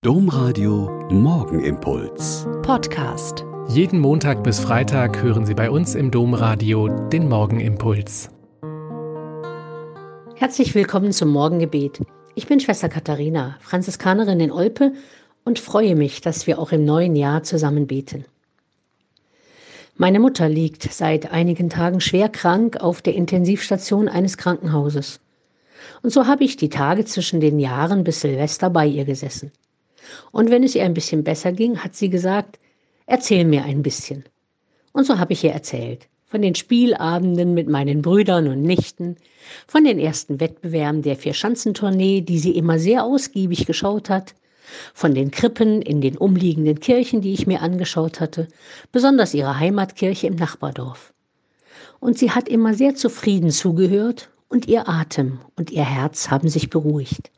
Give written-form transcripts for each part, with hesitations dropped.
Domradio Morgenimpuls. Podcast. Jeden Montag bis Freitag hören Sie bei uns im Domradio den Morgenimpuls. Herzlich willkommen zum Morgengebet. Ich bin Schwester Katharina, Franziskanerin in Olpe und freue mich, dass wir auch im neuen Jahr zusammen beten. Meine Mutter liegt seit einigen Tagen schwer krank auf der Intensivstation eines Krankenhauses. Und so habe ich die Tage zwischen den Jahren bis Silvester bei ihr gesessen. Und wenn es ihr ein bisschen besser ging, hat sie gesagt, erzähl mir ein bisschen. Und so habe ich ihr erzählt. Von den Spielabenden mit meinen Brüdern und Nichten, von den ersten Wettbewerben der Vierschanzentournee, die sie immer sehr ausgiebig geschaut hat, von den Krippen in den umliegenden Kirchen, die ich mir angeschaut hatte, besonders ihrer Heimatkirche im Nachbardorf. Und sie hat immer sehr zufrieden zugehört und ihr Atem und ihr Herz haben sich beruhigt.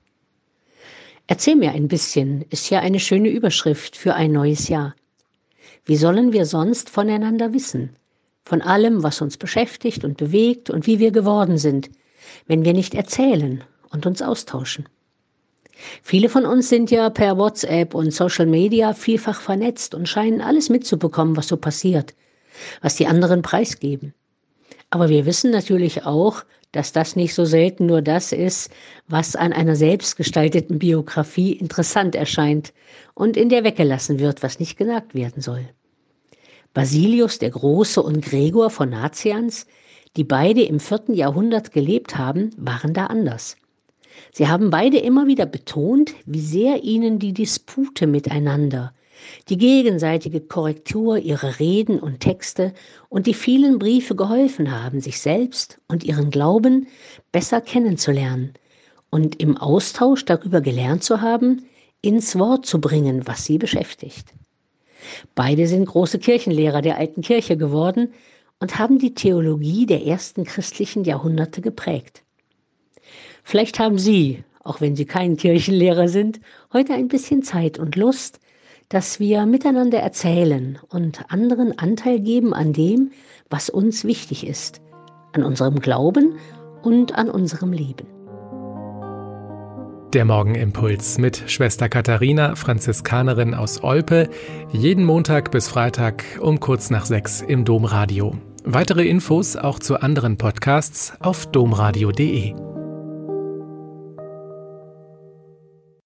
Erzähl mir ein bisschen ist ja eine schöne Überschrift für ein neues Jahr. Wie sollen wir sonst voneinander wissen? Von allem, was uns beschäftigt und bewegt und wie wir geworden sind, wenn wir nicht erzählen und uns austauschen. Viele von uns sind ja per WhatsApp und Social Media vielfach vernetzt und scheinen alles mitzubekommen, was so passiert, was die anderen preisgeben. Aber wir wissen natürlich auch, dass das nicht so selten nur das ist, was an einer selbstgestalteten Biografie interessant erscheint und in der weggelassen wird, was nicht gesagt werden soll. Basilius der Große und Gregor von Nazianz, die beide im 4. Jahrhundert gelebt haben, waren da anders. Sie haben beide immer wieder betont, wie sehr ihnen die Dispute miteinander, die gegenseitige Korrektur ihrer Reden und Texte und die vielen Briefe geholfen haben, sich selbst und ihren Glauben besser kennenzulernen und im Austausch darüber gelernt zu haben, ins Wort zu bringen, was sie beschäftigt. Beide sind große Kirchenlehrer der alten Kirche geworden und haben die Theologie der ersten christlichen Jahrhunderte geprägt. Vielleicht haben Sie, auch wenn Sie kein Kirchenlehrer sind, heute ein bisschen Zeit und Lust, dass wir miteinander erzählen und anderen Anteil geben an dem, was uns wichtig ist, an unserem Glauben und an unserem Leben. Der Morgenimpuls mit Schwester Katharina, Franziskanerin aus Olpe, jeden Montag bis Freitag um kurz nach 6 im Domradio. Weitere Infos auch zu anderen Podcasts auf domradio.de.